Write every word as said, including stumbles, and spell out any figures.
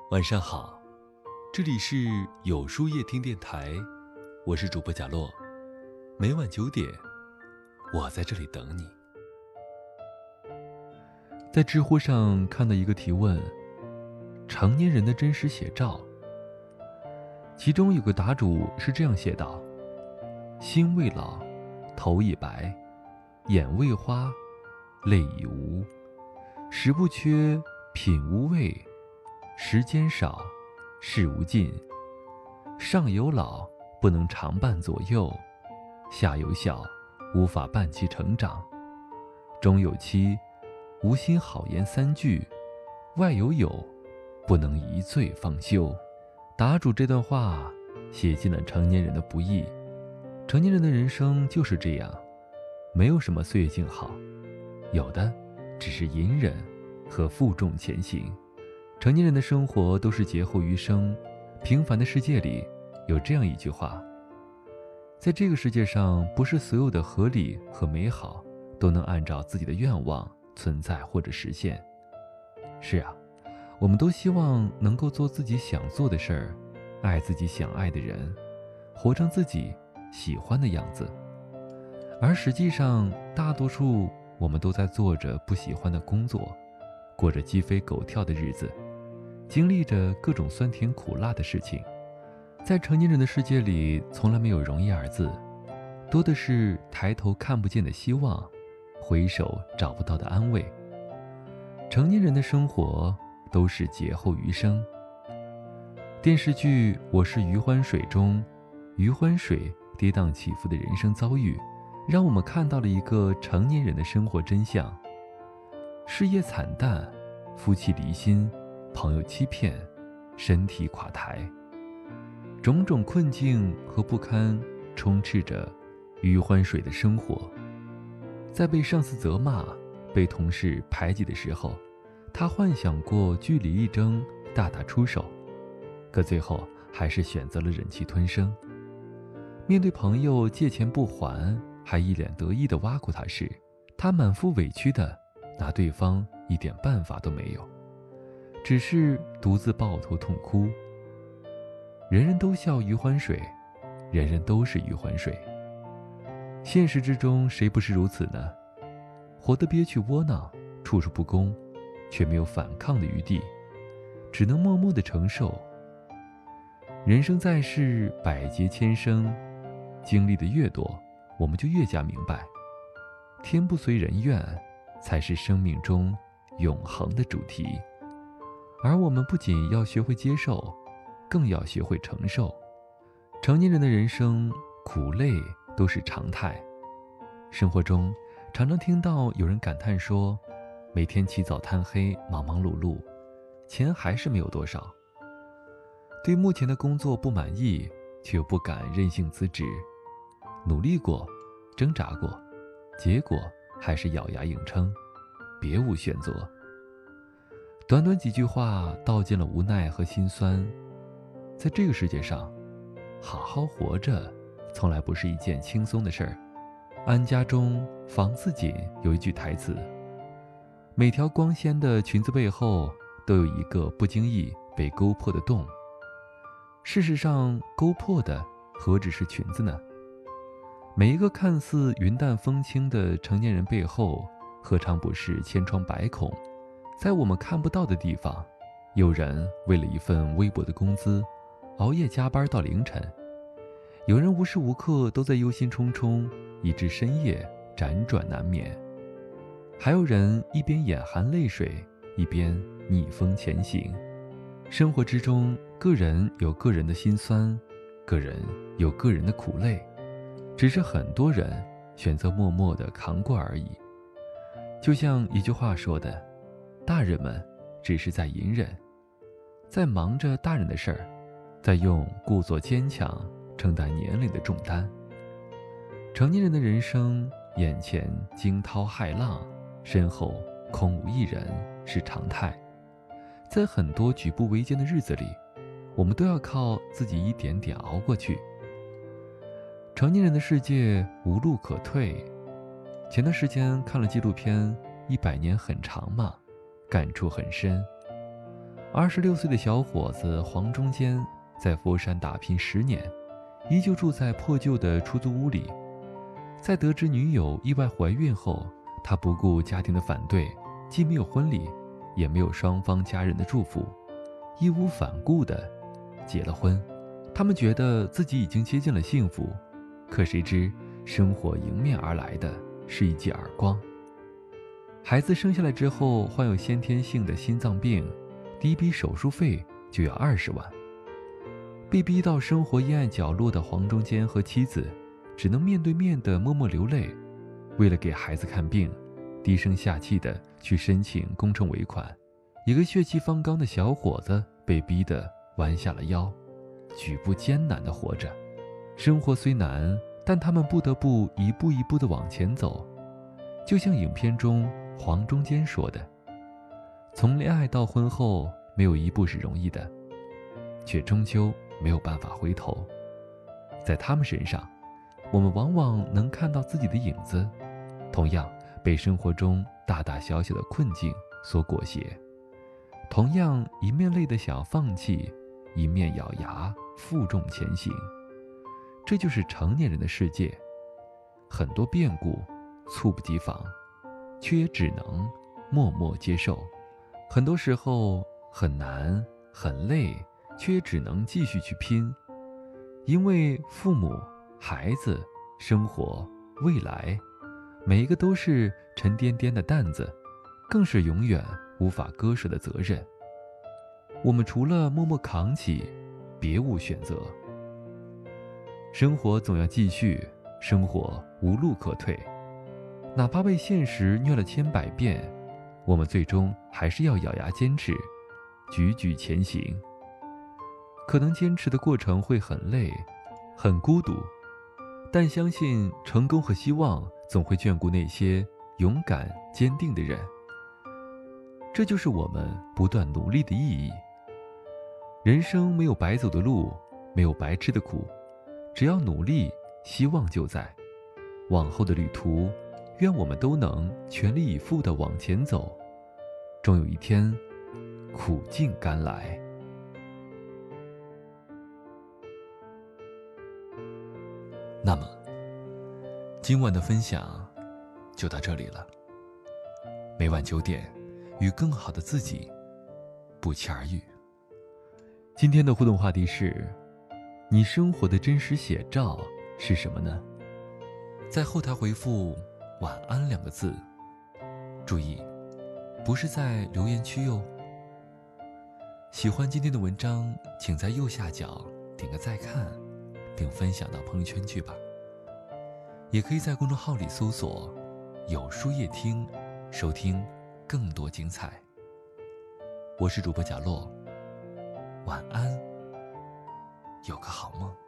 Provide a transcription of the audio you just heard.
晚上好，这里是有书夜听电台，我是主播贾洛，每晚九点，我在这里等你。在知乎上看到一个提问，成年人的真实写照，其中有个答主是这样写道：心未老，头已白，眼未花，泪已无，食不缺，品无味，时间少，事无尽，上有老，不能常伴左右，下有小，无法伴其成长，中有妻，无心好言三句，外有友，不能一醉方休。答主这段话写尽了成年人的不易。成年人的人生就是这样，没有什么岁月静好，有的只是隐忍和负重前行。成年人的生活都是劫后余生。平凡的世界里有这样一句话，在这个世界上，不是所有的合理和美好都能按照自己的愿望存在或者实现。是啊，我们都希望能够做自己想做的事儿，爱自己想爱的人，活成自己喜欢的样子。而实际上，大多数我们都在做着不喜欢的工作，过着鸡飞狗跳的日子，经历着各种酸甜苦辣的事情。在成年人的世界里，从来没有容易二字，多的是抬头看不见的希望，回首找不到的安慰。成年人的生活都是劫后余生。电视剧《我是余欢水》中，余欢水跌宕起伏的人生遭遇，让我们看到了一个成年人的生活真相。事业惨淡，夫妻离心，朋友欺骗，身体垮台，种种困境和不堪充斥着余欢水的生活。在被上司责骂，被同事排挤的时候，他幻想过据理力争，大打出手，可最后还是选择了忍气吞声。面对朋友借钱不还，还一脸得意地挖苦他时，他满腹委屈地拿对方一点办法都没有，只是独自抱头痛哭。人人都笑余欢水，人人都是余欢水。现实之中，谁不是如此呢？活得憋屈窝囊，处处不公，却没有反抗的余地，只能默默地承受。人生在世，百劫千生，经历的越多，我们就越加明白，天不随人愿才是生命中永恒的主题。而我们不仅要学会接受，更要学会承受。成年人的人生，苦累都是常态。生活中常常听到有人感叹说，每天起早贪黑，忙忙碌碌，钱还是没有多少。对目前的工作不满意，却又不敢任性辞职，努力过，挣扎过，结果还是咬牙硬撑，别无选择。短短几句话道尽了无奈和心酸。在这个世界上，好好活着从来不是一件轻松的事儿。安家中房似锦有一句台词，每条光鲜的裙子背后都有一个不经意被勾破的洞。事实上，勾破的何止是裙子呢？每一个看似云淡风轻的成年人背后，何尝不是千疮百孔？在我们看不到的地方，有人为了一份微薄的工资，熬夜加班到凌晨；有人无时无刻都在忧心忡忡，以致深夜辗转难眠；还有人一边眼含泪水，一边逆风前行。生活之中，个人有个人的辛酸，个人有个人的苦累，只是很多人选择默默地扛过而已。就像一句话说的，大人们只是在隐忍，在忙着大人的事儿，在用故作坚强承担年龄的重担。成年人的人生，眼前惊涛骇浪，身后空无一人是常态。在很多举步维艰的日子里，我们都要靠自己一点点熬过去。成年人的世界无路可退。前段时间看了纪录片《一百年很长嘛》，感触很深。 二十六岁的小伙子黄中坚在佛山打拼十年，依旧住在破旧的出租屋里。在得知女友意外怀孕后，他不顾家庭的反对，既没有婚礼，也没有双方家人的祝福，义无反顾地结了婚。他们觉得自己已经接近了幸福，可谁知生活迎面而来的是一记耳光。孩子生下来之后患有先天性的心脏病，第一笔手术费就要二十万。被逼到生活阴暗角落的黄中坚和妻子只能面对面的默默流泪，为了给孩子看病，低声下气的去申请工程尾款。一个血气方刚的小伙子被逼得弯下了腰，举步艰难地活着。生活虽难，但他们不得不一步一步地往前走。就像影片中黄中坚说的，从恋爱到婚后，没有一步是容易的，却终究没有办法回头。在他们身上，我们往往能看到自己的影子，同样被生活中大大小小的困境所裹挟，同样一面累得想放弃，一面咬牙负重前行。这就是成年人的世界，很多变故猝不及防，却也只能默默接受。很多时候很难很累，却也只能继续去拼。因为父母、孩子、生活、未来，每一个都是沉甸甸的担子，更是永远无法割舍的责任。我们除了默默扛起，别无选择。生活总要继续，生活无路可退，哪怕被现实虐了千百遍，我们最终还是要咬牙坚持，踽踽前行。可能坚持的过程会很累，很孤独，但相信成功和希望总会眷顾那些勇敢坚定的人。这就是我们不断努力的意义。人生没有白走的路，没有白吃的苦，只要努力，希望就在。往后的旅途，愿我们都能全力以赴地往前走，终有一天苦尽甘来。那么今晚的分享就到这里了。每晚九点，与更好的自己不期而遇。今天的互动话题是：你生活的真实写照是什么呢？在后台回复晚安两个字，注意不是在留言区哟。喜欢今天的文章，请在右下角点个再看，并分享到朋友圈去吧。也可以在公众号里搜索有书夜听，收听更多精彩。我是主播贾洛，晚安，有个好梦。